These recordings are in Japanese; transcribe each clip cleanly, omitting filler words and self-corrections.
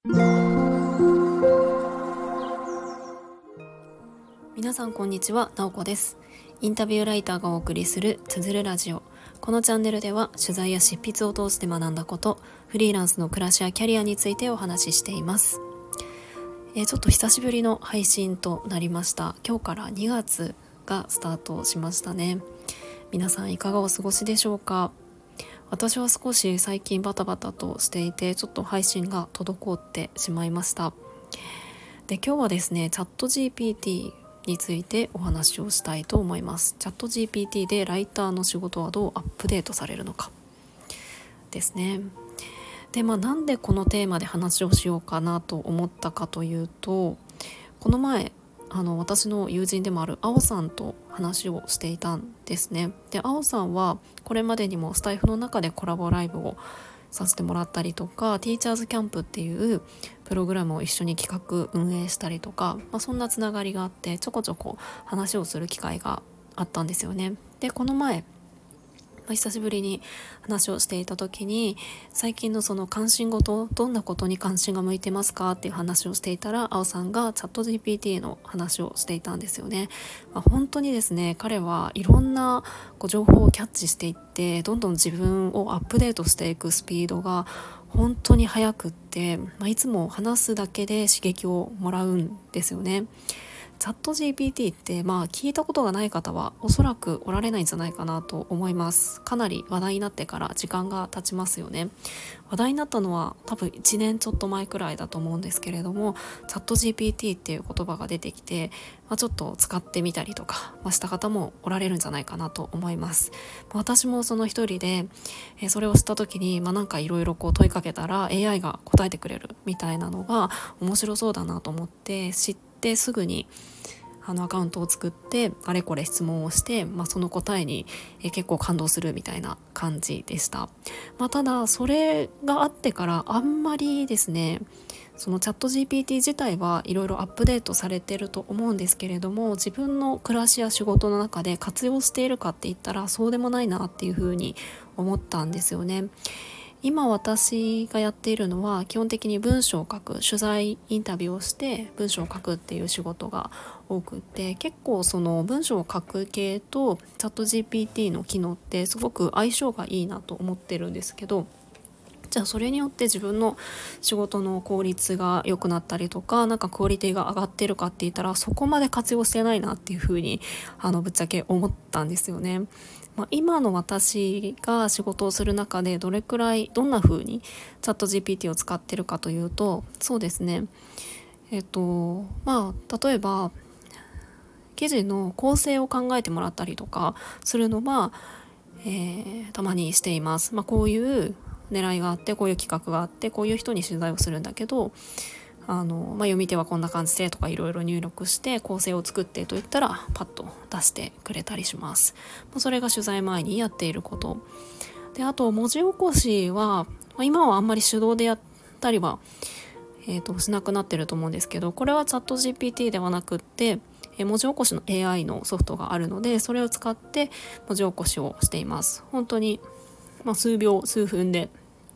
皆さんこんにちは、なおこです。インタビューライターがお送りするつづるラジオ。このチャンネルでは取材や執筆を通して学んだこと、フリーランスの暮らしやキャリアについてお話ししています。ちょっと久しぶりの配信となりました。今日から2月がスタートしましたね。皆さんいかがお過ごしでしょうか。私は少し最近バタバタとしていて、ちょっと配信が滞ってしまいました。で、今日はですね、チャット GPT についてお話をしたいと思います。チャット GPT でライターの仕事はどうアップデートされるのかですね。で、なんでこのテーマで話をしようかなと思ったかというと、この前私の友人でもあるあおさんと話をしていたんですね。で、あおさんはこれまでにもスタイフの中でコラボライブをさせてもらったりとか、ティーチャーズキャンプっていうプログラムを一緒に企画運営したりとか、そんなつながりがあって、ちょこちょこ話をする機会があったんですよね。で、この前久しぶりに話をしていた時に、最近のその関心事、どんなことに関心が向いてますかっていう話をしていたら、あおさんがチャット GPT の話をしていたんですよね。本当にですね、彼はいろんな情報をキャッチしていって、どんどん自分をアップデートしていくスピードが本当に速くって、いつも話すだけで刺激をもらうんですよね。チャット GPT って聞いたことがない方はおそらくおられないんじゃないかなと思います。かなり話題になってから時間が経ちますよね。話題になったのは多分1年ちょっと前くらいだと思うんですけれども、チャット GPT っていう言葉が出てきて、ちょっと使ってみたりとかした方もおられるんじゃないかなと思います。私もその一人で、それを知った時になんかいろいろ問いかけたら AI が答えてくれるみたいなのが面白そうだなと思って知ってすぐにアカウントを作ってあれこれ質問をして、その答えに結構感動するみたいな感じでした。ただそれがあってからあんまりですね、そのチャット GPT 自体はいろいろアップデートされてると思うんですけれども、自分の暮らしや仕事の中で活用しているかって言ったらそうでもないなっていうふうに思ったんですよね。今私がやっているのは基本的に文章を書く、取材インタビューをして文章を書くっていう仕事が多くって、結構その文章を書く系とチャット GPT の機能ってすごく相性がいいなと思ってるんですけど、じゃあそれによって自分の仕事の効率が良くなったりとか、なんかクオリティが上がってるかって言ったらそこまで活用してないなっていうふうにぶっちゃけ思ったんですよね。今の私が仕事をする中でどれくらいどんな風にチャット GPT を使ってるかというと、そうですね、例えば記事の構成を考えてもらったりとかするのは、たまにしています。こういう狙いがあって、こういう企画があって、こういう人に取材をするんだけど、読み手はこんな感じでとかいろいろ入力して構成を作ってと言ったらパッと出してくれたりします。それが取材前にやっていることで、あと文字起こしは、今はあんまり手動でやったりは、しなくなってると思うんですけど、これはチャット GPT ではなくって文字起こしの AI のソフトがあるので、それを使って文字起こしをしています。本当に、数秒数分で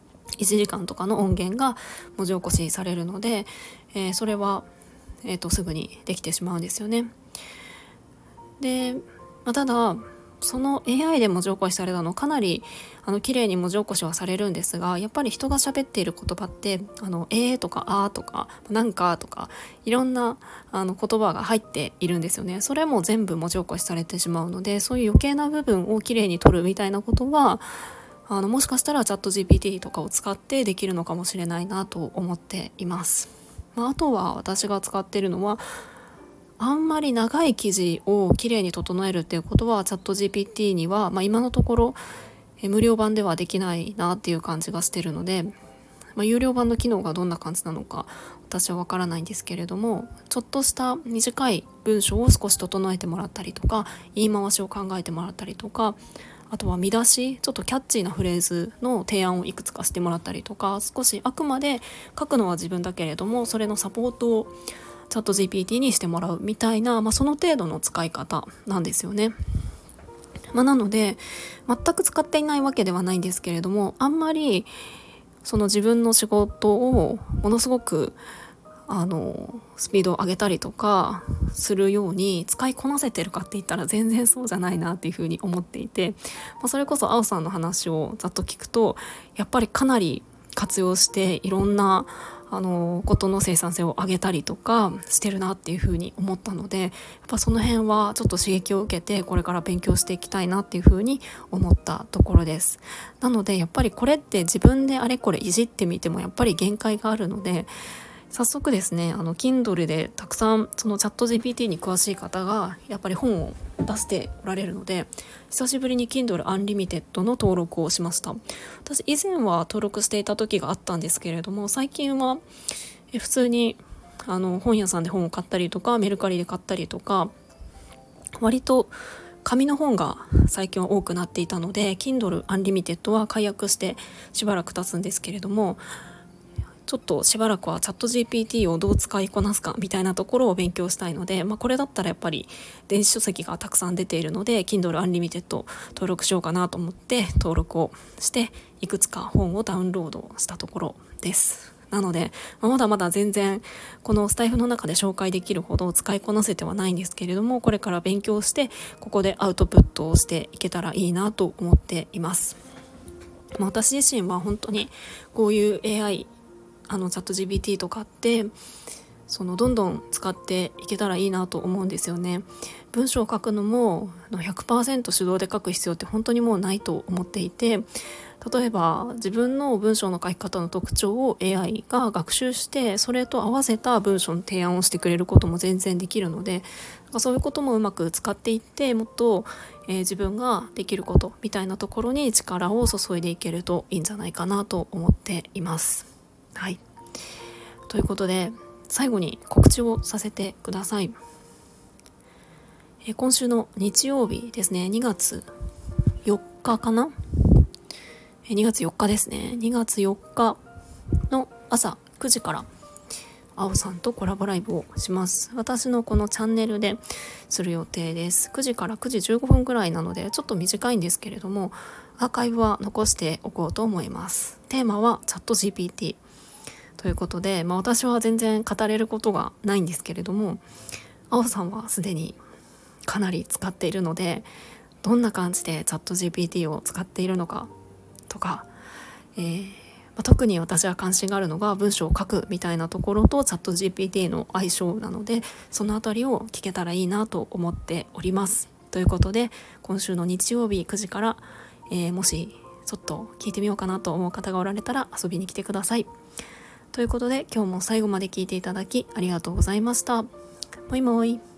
1時間とかの音源が文字起こしされるので、それは、すぐにできてしまうんですよね。で、ただその AI で文字起こしされたのかなり綺麗に文字起こしはされるんですが、やっぱり人が喋っている言葉ってとかあとかなんかとかいろんな言葉が入っているんですよね。それも全部文字起こしされてしまうので、そういう余計な部分を綺麗に取るみたいなことはもしかしたらチャット GPT とかを使ってできるのかもしれないなと思っています。あとは私が使っているのは、あんまり長い記事をきれいに整えるっていうことはチャット GPT には、今のところ無料版ではできないなっていう感じがしているので、有料版の機能がどんな感じなのか私はわからないんですけれども、ちょっとした短い文章を少し整えてもらったりとか、言い回しを考えてもらったりとか、あとは見出し、ちょっとキャッチーなフレーズの提案をいくつかしてもらったりとか、少しあくまで書くのは自分だけれどもそれのサポートをチャット GPT にしてもらうみたいな、その程度の使い方なんですよね。なので全く使っていないわけではないんですけれども、あんまりその自分の仕事をものすごくスピードを上げたりとかするように使いこなせてるかって言ったら全然そうじゃないなっていうふうに思っていて、それこそ青さんの話をざっと聞くとやっぱりかなり活用していろんなことの生産性を上げたりとかしてるなっていうふうに思ったので、やっぱその辺はちょっと刺激を受けてこれから勉強していきたいなっていうふうに思ったところです。なのでやっぱりこれって自分であれこれいじってみてもやっぱり限界があるので、早速ですねKindle でたくさんそのチャット GPT に詳しい方がやっぱり本を出しておられるので、久しぶりに Kindle Unlimited の登録をしました。私以前は登録していた時があったんですけれども、最近は普通に本屋さんで本を買ったりとかメルカリで買ったりとか、割と紙の本が最近は多くなっていたので Kindle Unlimited は解約してしばらく経つんですけれども、ちょっとしばらくはチャット GPT をどう使いこなすかみたいなところを勉強したいので、これだったらやっぱり電子書籍がたくさん出ているので Kindle Unlimited 登録しようかなと思って登録をしていくつか本をダウンロードしたところです。なので、まだまだ全然このスタイフの中で紹介できるほど使いこなせてはないんですけれども、これから勉強してここでアウトプットをしていけたらいいなと思っています。私自身は本当にこういう AIチャット GPT とかってどんどん使っていけたらいいなと思うんですよね。文章を書くのも 100% 手動で書く必要って本当にもうないと思っていて、例えば自分の文章の書き方の特徴を AI が学習してそれと合わせた文章の提案をしてくれることも全然できるので、そういうこともうまく使っていってもっと、自分ができることみたいなところに力を注いでいけるといいんじゃないかなと思っています。はい、ということで最後に告知をさせてください。今週の日曜日ですね、2月4日かな、2月4日ですね、2月4日の朝9時から青さんとコラボライブをします。私のこのチャンネルでする予定です。9時から9時15分くらいなのでちょっと短いんですけれども、アーカイブは残しておこうと思います。テーマはチャット GPTということで、私は全然語れることがないんですけれども、青さんはすでにかなり使っているので、どんな感じでチャット GPT を使っているのかとか、特に私は関心があるのが文章を書くみたいなところとチャット GPT の相性なので、そのあたりを聞けたらいいなと思っております。ということで今週の日曜日9時から、もしちょっと聞いてみようかなと思う方がおられたら遊びに来てください。ということで今日も最後まで聞いていただきありがとうございました。もいもい。